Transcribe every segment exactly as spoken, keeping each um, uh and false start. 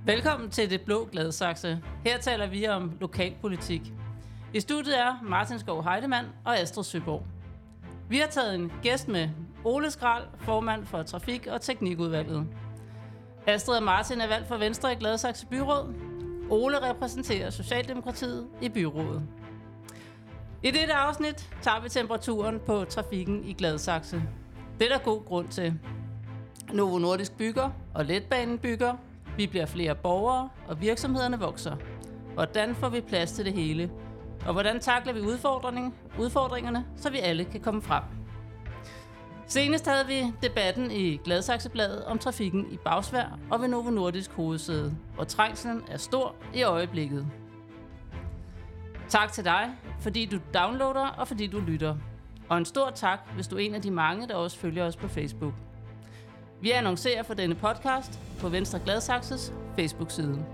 Velkommen til Det Blå Gladsaxe. Her taler vi om lokalpolitik. I studiet er Martin Skov Heidemann og Astrid Søborg. Vi har taget en gæst med, Ole Skral, formand for Trafik- og Teknikudvalget. Astrid og Martin er valgt for Venstre i Gladsaxe Byråd. Ole repræsenterer Socialdemokratiet i byrådet. I dette afsnit tager vi temperaturen på trafikken i Gladsaxe. Det er der god grund til. Novo Nordisk bygger, og letbanen bygger. Vi bliver flere borgere, og virksomhederne vokser. Hvordan får vi plads til det hele? Og hvordan takler vi udfordring, udfordringerne, så vi alle kan komme frem? Senest havde vi debatten i Gladsaxebladet om trafikken i Bagsværd og ved Novo Nordisk hovedsæde, hvor trængslen er stor i øjeblikket. Tak til dig, fordi du downloader og fordi du lytter. Og en stor tak, hvis du er en af de mange, der også følger os på Facebook. Vi annoncerer for denne podcast på Venstre Gladsaxes Facebook-side.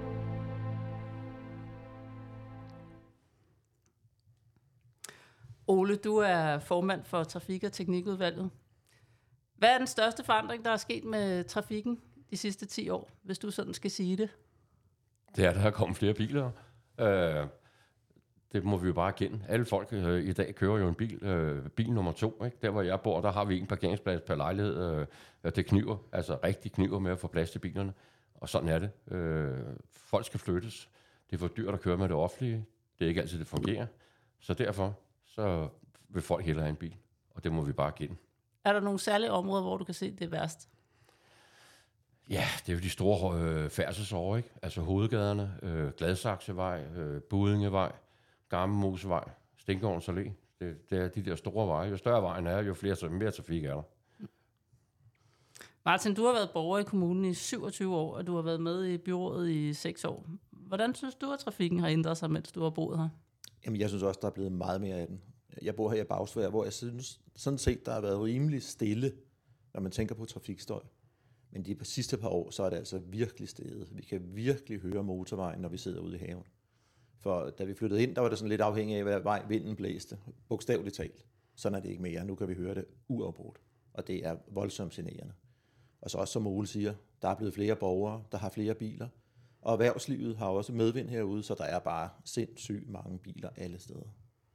Ole, du er formand for Trafik- og Teknikudvalget. Hvad er den største forandring, der er sket med trafikken de sidste ti år, hvis du sådan skal sige det? Det er, der er kommet flere biler. Øh, det må vi jo bare erkende. Alle folk øh, i dag kører jo en bil. Øh, bil nummer to, ikke? Der hvor jeg bor, der har vi en parkeringsplads per lejlighed. Øh, det kniver, altså rigtig kniver med at få plads til bilerne. Og sådan er det. Øh, folk skal flyttes. Det er for dyrt at køre med det offentlige. Det er ikke altid, det fungerer. Så derfor så vil folk hellere have en bil. Og det må vi bare erkende. Er der nogle særlige områder, hvor du kan se det er værst? Ja, det er jo de store øh, færdselsårer, ikke? Altså hovedgaderne, øh, Gladsaxevej, øh, Budingevej, Gammelmosevej, Stinkgårdens Allé. Det, det er de der store veje. Jo større vejen er, jo flere, mere trafik er der. Martin, du har været borger i kommunen i syvogtyve år, og du har været med i byrådet i seks år. Hvordan synes du, at trafikken har ændret sig, mens du har boet her? Jamen, jeg synes også, der er blevet meget mere af den. Jeg bor her i Bagsværd, hvor jeg synes sådan set, der har været rimelig stille, når man tænker på trafikstøj. Men de sidste par år, så er det altså virkelig steget. Vi kan virkelig høre motorvejen, når vi sidder ude i haven. For da vi flyttede ind, der var det sådan lidt afhængigt af, hvad vej vinden blæste. Bogstaveligt talt. Sådan er det ikke mere. Nu kan vi høre det uafbrudt. Og det er voldsomt generende. Og så også, som Ole siger, der er blevet flere borgere, der har flere biler. Og erhvervslivet har også medvind herude, så der er bare sindssygt mange biler alle steder.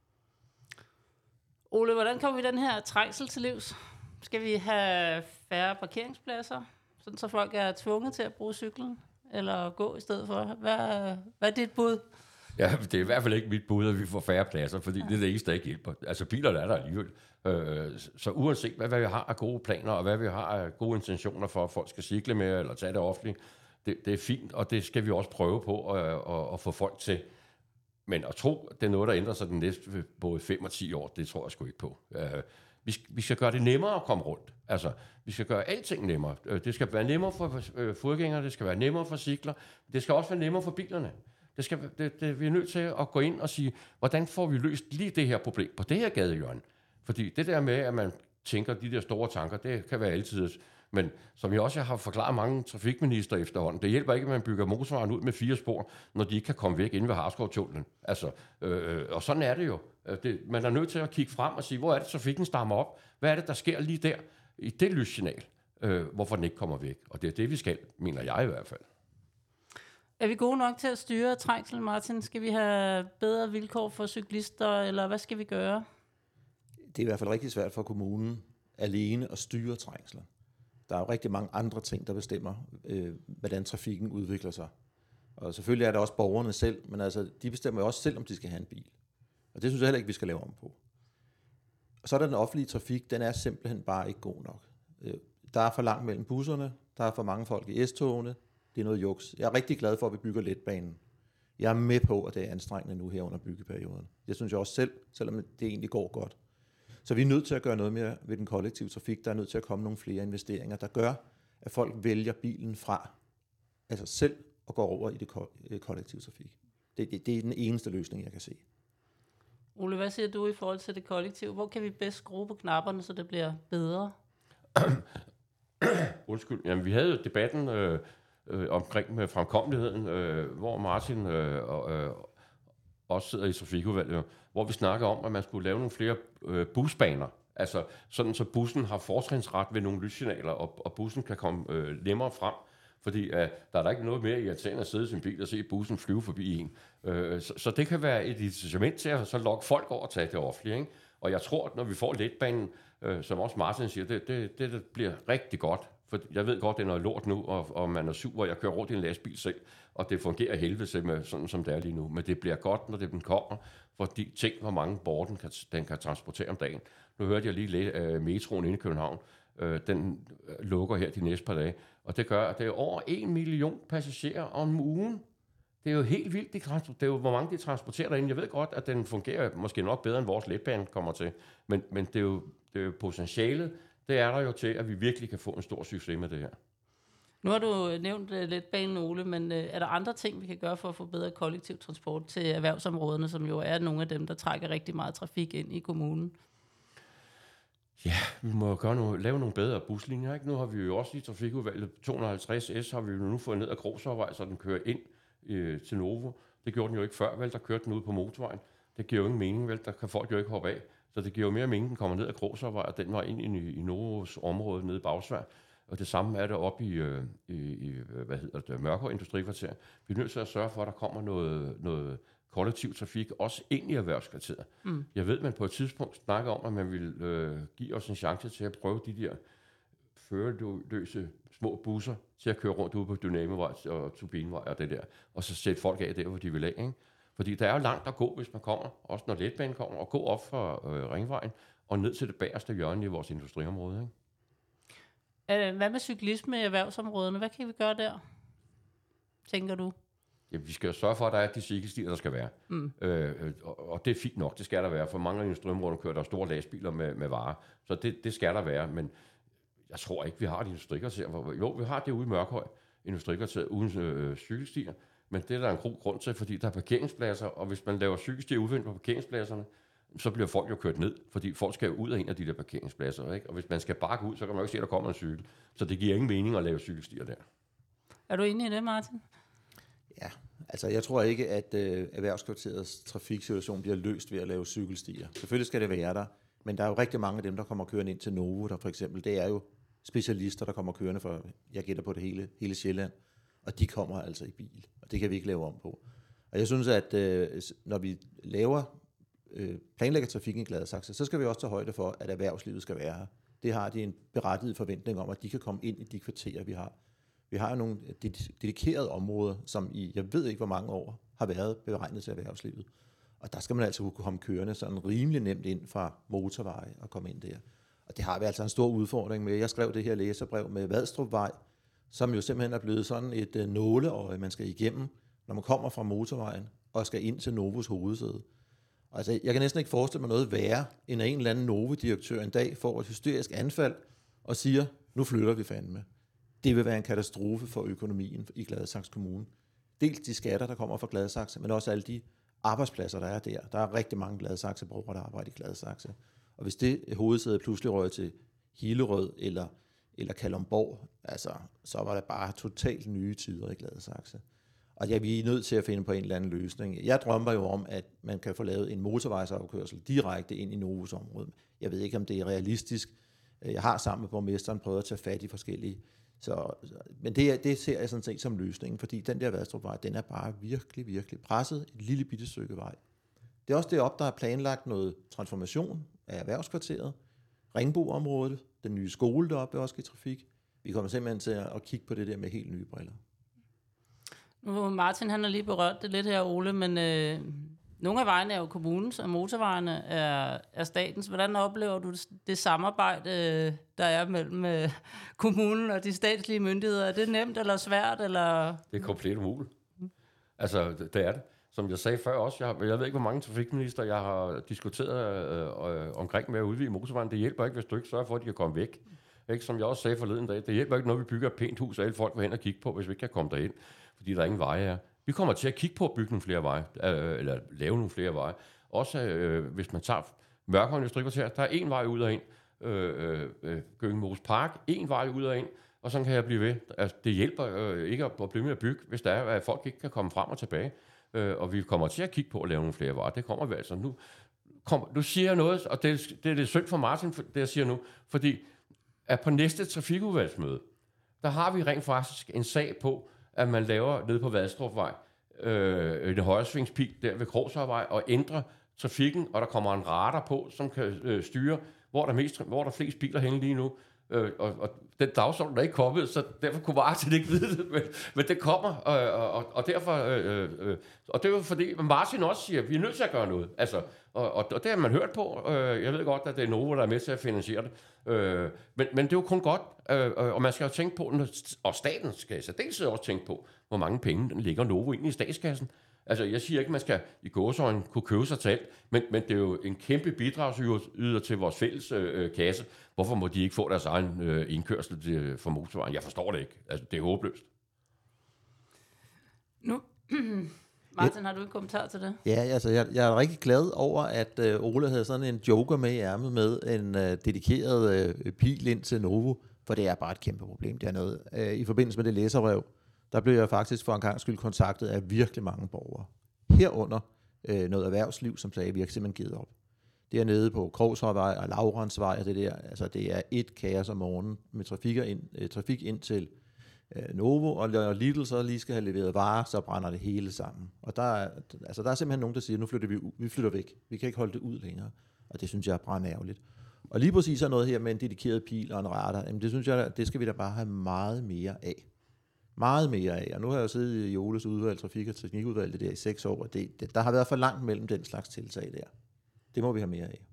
Ole, hvordan kommer vi den her trængsel til livs? Skal vi have færre parkeringspladser, sådan så folk er tvunget til at bruge cyklen, eller gå i stedet for? Hvad, hvad er dit bud? Ja, det er i hvert fald ikke mit bud, at vi får færre pladser, fordi ja. Det er det eneste, der ikke hjælper. Altså bilerne er der alligevel. Øh, så uanset hvad, hvad vi har af gode planer, og hvad vi har af gode intentioner for, at folk skal cykle med, eller tage det offentligt, det, det er fint, og det skal vi også prøve på at, at, at få folk til. Men at tro, det er noget, der ændrer sig den næste både fem og ti år, det tror jeg sgu ikke på. Uh, vi, skal, vi skal gøre det nemmere at komme rundt. Altså, vi skal gøre alting nemmere. Uh, det skal være nemmere for uh, fodgængere, det skal være nemmere for cykler, det skal også være nemmere for bilerne. Det skal, det, det, vi er nødt til at gå ind og sige, hvordan får vi løst lige det her problem på det her gadehjørne? Fordi det der med, at man tænker de der store tanker, det kan være altid. Men som jeg også har forklaret mange trafikminister efterhånden, det hjælper ikke, at man bygger motorvejen ud med fire spor, når de ikke kan komme væk inde ved Harskovtunnelen. Altså, øh, og sådan er det jo. Det, man er nødt til at kigge frem og sige, hvor er det, trafikken stammer op? Hvad er det, der sker lige der i det lyssignal? Øh, hvorfor den ikke kommer væk? Og det er det, vi skal, mener jeg i hvert fald. Er vi gode nok til at styre trængsel, Martin? Skal vi have bedre vilkår for cyklister, eller hvad skal vi gøre? Det er i hvert fald rigtig svært for kommunen alene at styre trængslen. Der er jo rigtig mange andre ting, der bestemmer, øh, hvordan trafikken udvikler sig. Og selvfølgelig er det også borgerne selv, men altså, de bestemmer jo også selv, om de skal have en bil. Og det synes jeg heller ikke, vi skal lave om på. Og så er der den offentlige trafik, den er simpelthen bare ikke god nok. Øh, der er for langt mellem busserne, der er for mange folk i S-togene, det er noget juks. Jeg er rigtig glad for, at vi bygger letbanen. Jeg er med på, at det er anstrengende nu her under byggeperioden. Det synes jeg også selv, selvom det egentlig går godt. Så vi er nødt til at gøre noget mere ved den kollektive trafik. Der er nødt til at komme nogle flere investeringer, der gør, at folk vælger bilen fra altså selv og går over i det kollektive trafik. Det, det, det er den eneste løsning, jeg kan se. Ole, hvad siger du i forhold til det kollektive? Hvor kan vi bedst skrue på knapperne, så det bliver bedre? Undskyld. Jamen, vi havde debatten øh, øh, omkring med fremkommeligheden, øh, hvor Martin øh, øh, også sidder i trafikudvalget, hvor vi snakker om, at man skulle lave nogle flere øh, busbaner. Altså sådan, så bussen har fortrinsret ved nogle lyssignaler, og, og bussen kan komme øh, nemmere frem. Fordi uh, der er der ikke noget mere irriterende at sidde i sin bil og se bussen flyve forbi en. Uh, så, så det kan være et incitament til at så lokke folk over og tage det offentlige. Ikke? Og jeg tror, at når vi får letbanen, uh, som også Martin siger, det, det, det, det bliver rigtig godt. For jeg ved godt, det er noget lort nu, og, og man er sur, og jeg kører rundt i en lastbil selv, og det fungerer helvede med sådan, som det er lige nu. Men det bliver godt, når det den kommer, fordi tænk, hvor mange borgere den kan, den kan transportere om dagen. Nu hørte jeg lige lidt uh, metroen inde i København. Uh, den lukker her de næste par dage, og det gør, at det er over en million passagerer om ugen. Det er jo helt vildt, det er jo, hvor mange de transporterer derinde. Jeg ved godt, at den fungerer måske nok bedre, end vores letbane kommer til, men, men det, er jo, det er jo potentialet, det er der jo til, at vi virkelig kan få en stor succes med det her. Nu har du nævnt uh, letbanen, Ole, men uh, er der andre ting, vi kan gøre for at få bedre kollektiv transport til erhvervsområderne, som jo er nogle af dem, der trækker rigtig meget trafik ind i kommunen? Ja, vi må gøre nogle, lave nogle bedre buslinjer. Ikke? Nu har vi jo også i trafikudvalget to hundrede og halvtreds S, har vi jo nu fået ned ad Grosåvej, så den kører ind øh, til Novo. Det gjorde den jo ikke før, vel? Der kørte den ud på motorvejen. Det giver jo ingen mening, vel? Der kan folk jo ikke hoppe af. Så det giver jo mere mening, den kommer ned ad Grosåvej, og den var ind i, i Novos område nede i Bagsvær. Og det samme er det oppe i, øh, i, i hvad hedder det, Mørkøv Industrikvarter. Vi er nødt til at sørge for, at der kommer noget, noget kollektiv trafik også ind i erhvervskvarteret. Mm. Jeg ved, man på et tidspunkt snakker om, at man vil øh, give os en chance til at prøve de der førerløse små busser til at køre rundt ude på Dynamevej og Turbinevej og det der, og så sætte folk af der, hvor de vil af. Ikke? Fordi der er jo langt at gå, hvis man kommer, også når letbanen kommer, og gå op fra øh, Ringvejen og ned til det bagerste hjørne i vores industriområde. Ikke? Hvad med cyklisme i erhvervsområderne? Hvad kan vi gøre der, tænker du? Ja, vi skal jo sørge for, at der er de cykelstier, der skal være. Mm. Øh, og, og det er fint nok, det skal der være. For mange af industriområderne kører der store lastbiler med, med varer. Så det, det skal der være, men jeg tror ikke, vi har det industrikvarter. Jo, vi har det ude i Mørkhøj, industrikvarteret uden øh, cykelstier, men det er der en god grund til, fordi der er parkeringspladser, og hvis man laver cykelstier udvendt på parkeringspladserne, så bliver folk jo kørt ned, fordi folk skal jo ud af en af de der parkeringspladser. Ikke? Og hvis man skal bakke ud, så kan man jo ikke se, at der kommer en cykel. Så det giver ingen mening at lave cykelstier der. Er du enig i det, Martin? Ja, altså jeg tror ikke, at øh, erhvervskvarterets trafiksituation bliver løst ved at lave cykelstier. Selvfølgelig skal det være der, men der er jo rigtig mange af dem, der kommer kørende ind til Novo, der for eksempel, det er jo specialister, der kommer kørende fra, jeg gætter på det hele, hele Sjælland, og de kommer altså i bil, og det kan vi ikke lave om på. Og jeg synes, at øh, når vi laver, øh, planlægger trafikken i Gladsaxe, så skal vi også tage højde for, at erhvervslivet skal være her. Det har de en berettiget forventning om, at de kan komme ind i de kvarterer, vi har. Vi har jo nogle dedikerede områder, som i, jeg ved ikke hvor mange år, har været beregnet til erhvervslivet. Og der skal man altså kunne komme kørende sådan rimelig nemt ind fra motorvej og komme ind der. Og det har vi altså en stor udfordring med. Jeg skrev det her læserbrev med Vadstrupvej, som jo simpelthen er blevet sådan et uh, nåleøje, man skal igennem, når man kommer fra motorvejen og skal ind til Novos hovedsæde. Altså, jeg kan næsten ikke forestille mig noget værre, end at en eller anden Novo-direktør en dag får et hysterisk anfald og siger, nu flytter vi fandme. Det vil være en katastrofe for økonomien i Gladsaxe Kommune. Dels de skatter, der kommer fra Gladsaxe, men også alle de arbejdspladser, der er der. Der er rigtig mange Gladsaxe-borgere, der arbejder i Gladsaxe. Og hvis det hovedsæde pludselig røg til Hillerød eller, eller Kalundborg, altså, så var det bare totalt nye tider i Gladsaxe. Og ja, vi er nødt til at finde på en eller anden løsning. Jeg drømmer jo om, at man kan få lavet en motorvejsafkørsel direkte ind i Novos område. Jeg ved ikke, om det er realistisk. Jeg har sammen med borgmesteren prøvet at tage fat i forskellige. Så, men det, det ser jeg sådan set som løsningen, fordi den der Vadstrupvej, den er bare virkelig, virkelig presset. Et lille bitte stykke vej. Det er også deroppe, der er planlagt noget transformation af erhvervskvarteret. Ringboområdet, den nye skole deroppe er også i trafik. Vi kommer simpelthen til at kigge på det der med helt nye briller. Nu Martin, han har lige berørt det lidt her, Ole, men øh, nogle af vejene er jo kommunens, og motorvejene er, er statens. Hvordan oplever du det, det samarbejde, øh, der er mellem øh, kommunen og de statslige myndigheder? Er det nemt eller svært? Eller? Det er komplet umuligt. Altså, det, det er det. Som jeg sagde før også, jeg, jeg ved ikke, hvor mange trafikminister jeg har diskuteret øh, øh, omkring med at udvide motorvejen. Det hjælper ikke, hvis du ikke sørger for, at de kan komme væk. Ikke? Som jeg også sagde forleden dag, det hjælper ikke, når vi bygger et pænt hus, og alle folk vil hen og kigge på, hvis vi ikke kan komme derhen, fordi der ingen veje er. Vi kommer til at kigge på at bygge nogle flere veje, øh, eller lave nogle flere veje. Også øh, hvis man tager Mørkøv Industrikvarter, der er en vej ud og ind. Øh, øh, Gøngemose Park, en vej ud og ind, og sådan kan jeg blive ved. Altså, det hjælper øh, ikke at blive med at bygge, hvis der er, at folk ikke kan komme frem og tilbage. Øh, og vi kommer til at kigge på at lave nogle flere veje. Det kommer vi altså nu. Kom, du siger noget, og det, det er det synd for Martin, det jeg siger nu, fordi at på næste trafikudvalgsmøde, der har vi rent faktisk en sag på, at man laver nede på Vadstrupvej øh, en højresvingspil der ved Krogshavevej og ændrer trafikken, og der kommer en radar på, som kan øh, styre, hvor der, mest, hvor der er flest biler henne lige nu. Øh, og, og den dagsorden er ikke kommet, så derfor kunne Martin ikke vide det, men, men det kommer, og, og, og derfor, øh, øh, og det er jo fordi, Martin også siger, at vi er nødt til at gøre noget, altså, og, og, og det har man hørt på, øh, jeg ved godt, at det er Novo, der er med til at finansiere det, øh, men, men det er jo kun godt, øh, og man skal jo tænke på, og staten skal så dels også tænke på, hvor mange penge den ligger Novo ind i statskassen. Altså, jeg siger ikke, at man skal i gåseøjne kunne købe sig til alt, men, men det er jo en kæmpe bidragsyder til vores fælles øh, kasse. Hvorfor må de ikke få deres egen øh, indkørsel til, for motorvejen? Jeg forstår det ikke. Altså, det er håbløst. Nu, Martin, har du en kommentar til det? Ja, altså, jeg, jeg er rigtig glad over, at øh, Ole havde sådan en joker med i ærmet med en øh, dedikeret øh, pil ind til Novo, for det er bare et kæmpe problem. Det er noget. Øh, I forbindelse med det læserbrev, der blev jeg faktisk for en gang skyld kontaktet af virkelig mange borgere. Herunder øh, noget erhvervsliv, som sagde, at vi har simpelthen givet op. Det er nede på Krogshavevej og Laurensvej, og det der, altså det er et kaos om morgenen med trafik ind, øh, trafik ind til øh, Novo, og når Lidl så lige skal have leveret varer, så brænder det hele sammen. Og der er, altså der er simpelthen nogen, der siger, nu flytter vi, vi flytter væk. Vi kan ikke holde det ud længere. Og det synes jeg er brandærgerligt. Og lige præcis sådan noget her med en dedikeret pil og en radar, jamen det synes jeg, det skal vi da bare have meget mere af. Meget mere af, og nu har jeg jo siddet i Oles udvalg, trafik- og teknikudvalget der i seks år, og det, det, der har været for langt mellem den slags tiltag der. Det må vi have mere af.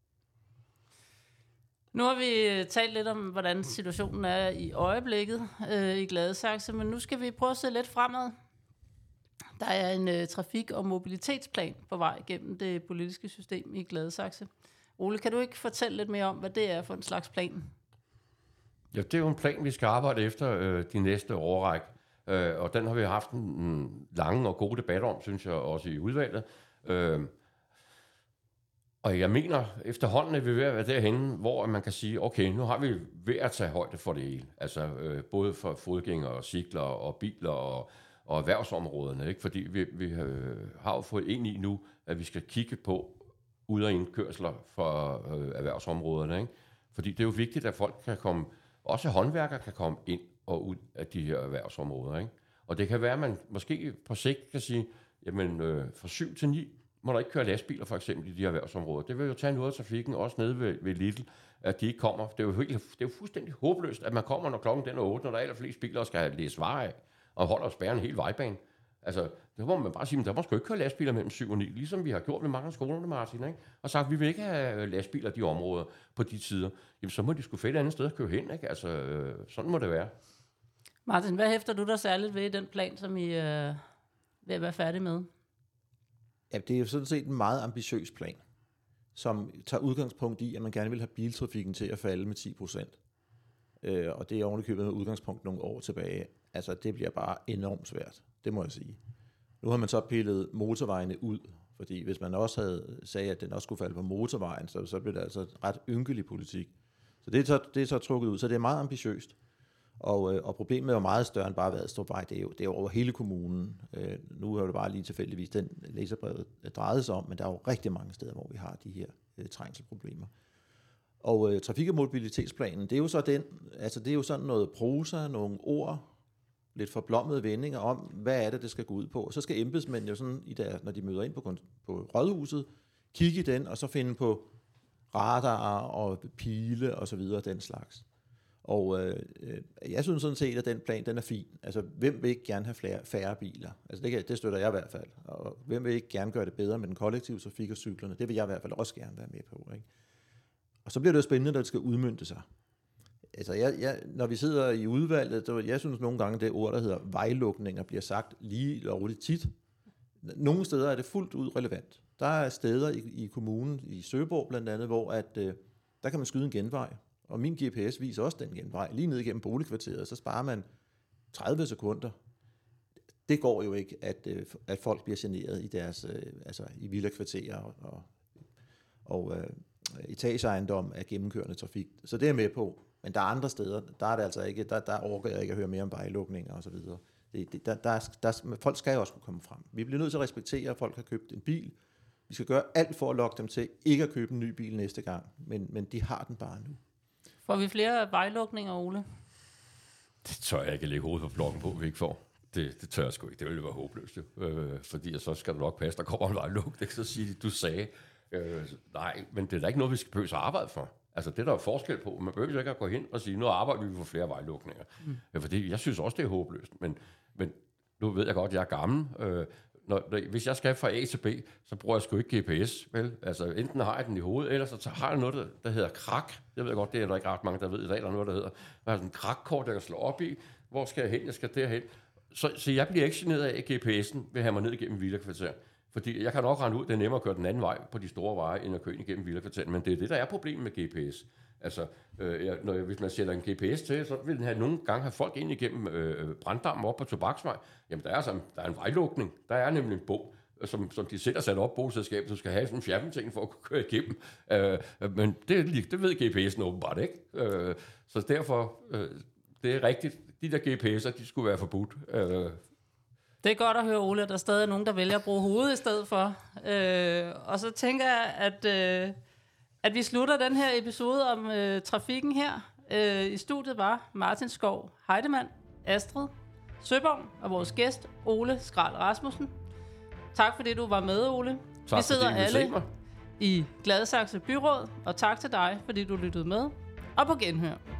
Nu har vi talt lidt om, hvordan situationen er i øjeblikket øh, i Gladsaxe, men nu skal vi prøve at se lidt fremad. Der er en øh, trafik- og mobilitetsplan på vej gennem det politiske system i Gladsaxe. Ole, kan du ikke fortælle lidt mere om, hvad det er for en slags plan? Ja, det er jo en plan, vi skal arbejde efter øh, de næste årrække, øh, og den har vi haft en, en lange og gode debat om, synes jeg, også i udvalget. Øh, og jeg mener, efterhånden er vi ved at være derhenne, hvor man kan sige, okay, nu har vi ved at tage højde for det hele. Altså øh, både for fodgængere, cykler og biler og, og erhvervsområderne, ikke? Fordi vi, vi øh, har jo fået ind i nu, at vi skal kigge på ud- og indkørsler for øh, erhvervsområderne, ikke? Fordi det er jo vigtigt, at folk kan komme, også håndværkere kan komme ind og ud af de her erhvervsområder, ikke? Og det kan være, at man måske på sigt kan sige, jamen øh, fra syv til ni må der ikke køre lastbiler for eksempel i de her erhvervsområder. Det vil jo tage noget af trafikken, også nede ved, ved Lidl, at de ikke kommer. Det er, jo helt, det er jo fuldstændig håbløst, at man kommer, når klokken den er otte, når der er allerflest biler, og skal læse varer af, og holder og spærrer en hel vejbane. Altså, det må man bare sige, men der må sgu ikke køre lastbiler mellem syv og ni, ligesom vi har gjort med mange af skolerne, Martin, ikke? Og sagt, vi vil ikke have lastbiler i de områder på de tider. Jamen, så må de sgu finde et andet sted at køre hen, ikke? Altså, øh, sådan må det være. Martin, hvad hæfter du der særligt ved i den plan, som I øh, vil være færdige med? Ja, det er jo sådan set en meget ambitiøs plan, som tager udgangspunkt i, at man gerne vil have biltrafikken til at falde med ti procent. Øh, og det er ovenikøbet med udgangspunkt nogle år tilbage. Altså, det bliver bare enormt svært, det må jeg sige. Nu har man så pillet motorvejene ud, fordi hvis man også havde sagt, at den også skulle falde på motorvejen, så, så blev det altså ret ynkelig politik. Så det er så, det er så trukket ud, så det er meget ambitiøst. Og, og problemet er jo meget større end bare Vadstrupvej. Det er jo, det er jo over hele kommunen. Øh, nu er det bare lige tilfældigvis den læserbrevet drejet sig om, men der er jo rigtig mange steder, hvor vi har de her øh, trængselproblemer. Og øh, trafik- og mobilitetsplanen, det er jo så den, altså det er jo sådan noget prosa, nogle ord, lidt forblommede vendinger om, hvad er det, det skal gå ud på. Og så skal embedsmænd jo sådan, i der, når de møder ind på, på rådhuset, kigge i den, og så finde på radarer og pile og så videre, den slags. Og øh, jeg synes sådan set, at den plan, den er fin. Altså, hvem vil ikke gerne have flere, færre biler? Altså, det, kan, det støtter jeg i hvert fald. Og hvem vil ikke gerne gøre det bedre med den kollektive trafik og cyklerne? Det vil jeg i hvert fald også gerne være med på, ikke? Og så bliver det jo spændende, når det skal udmønte sig. Altså, jeg, jeg, når vi sidder i udvalget, så jeg synes nogle gange, det ord, der hedder vejlukninger, bliver sagt lige lovligt tit. Nogle steder er det fuldt ud relevant. Der er steder i, i kommunen, i Søborg blandt andet, hvor at, øh, der kan man skyde en genvej. Og min G P S viser også den genvej. Lige ned igennem boligkvarteret, så sparer man tredive sekunder. Det går jo ikke, at, øh, at folk bliver generet i deres, øh, altså i villakvarterer og, og, og øh, etageejendom af gennemkørende trafik. Så det er med på. Men der er andre steder, der er det altså ikke, der, der overgår jeg ikke at høre mere om vejlukninger og så videre. Det, det, der, der, der, folk skal jo også kunne komme frem. Vi bliver nødt til at respektere, at folk har købt en bil. Vi skal gøre alt for at lokke dem til ikke at købe en ny bil næste gang, men, men de har den bare nu. Får vi flere vejlukninger, Ole? Det tør jeg ikke lægge hovedet på blokken på, vi ikke får. Det, det tør jeg sgu ikke. Det ville være håbløst, jo. Øh, fordi så skal det nok passe, der kommer en vejlukning, så siger de, du sagde. Øh, nej, men det er da ikke noget, vi skal behøve at arbejde for. Altså, det er der jo forskel på. Man behøver ikke at gå hen og sige, nu arbejder vi for flere vejlukninger. Mm. Øh, fordi jeg synes også, det er håbløst. Men, men nu ved jeg godt, at jeg er gammel. Øh, når, når, hvis jeg skal fra A til B, så bruger jeg sgu ikke G P S, vel? Altså, enten har jeg den i hovedet, eller så har jeg noget, der, der hedder krak. Jeg ved godt, det er der ikke ret mange, der ved i dag, der er noget, der hedder. Jeg har sådan en krakkort, jeg kan slå op i. Hvor skal jeg hen? Jeg skal derhen. Så, så jeg bliver ikke generet af, at G P S'en vil have mig ned igennem villakvarter. Fordi jeg kan nok regne ud, at det er nemmere at køre den anden vej på de store veje, end at køre ind igennem villakvarteret. Men det er det, der er problemet med G P S. Altså, øh, jeg, når jeg, hvis man sætter en G P S til, så vil den have nogle gange have folk ind igennem øh, branddammen op på Tobaksvej. Jamen, der er, sådan, der er en vejlukning. Der er nemlig en bog, som, som de selv har sat op, boligselskabet, du skal have sådan en fjernbetjening for at kunne køre igennem. Øh, men det, det ved G P S'en åbenbart ikke. Øh, så derfor, øh, det er rigtigt. De der G P S'er, de skulle være forbudt. Øh, Det er godt at høre, Ole, at der stadig er nogen, der vælger at bruge hovedet i stedet for. Øh, og så tænker jeg, at, øh, at vi slutter den her episode om øh, trafikken her. Øh, I studiet var Martin Skov Heidemann, Astrid Søborg og vores gæst, Ole Skral Rasmussen. Tak fordi du var med, Ole. Tak vi sidder fordi, alle i Gladsaxe Byråd, og tak til dig, fordi du lyttede med. Og på genhør.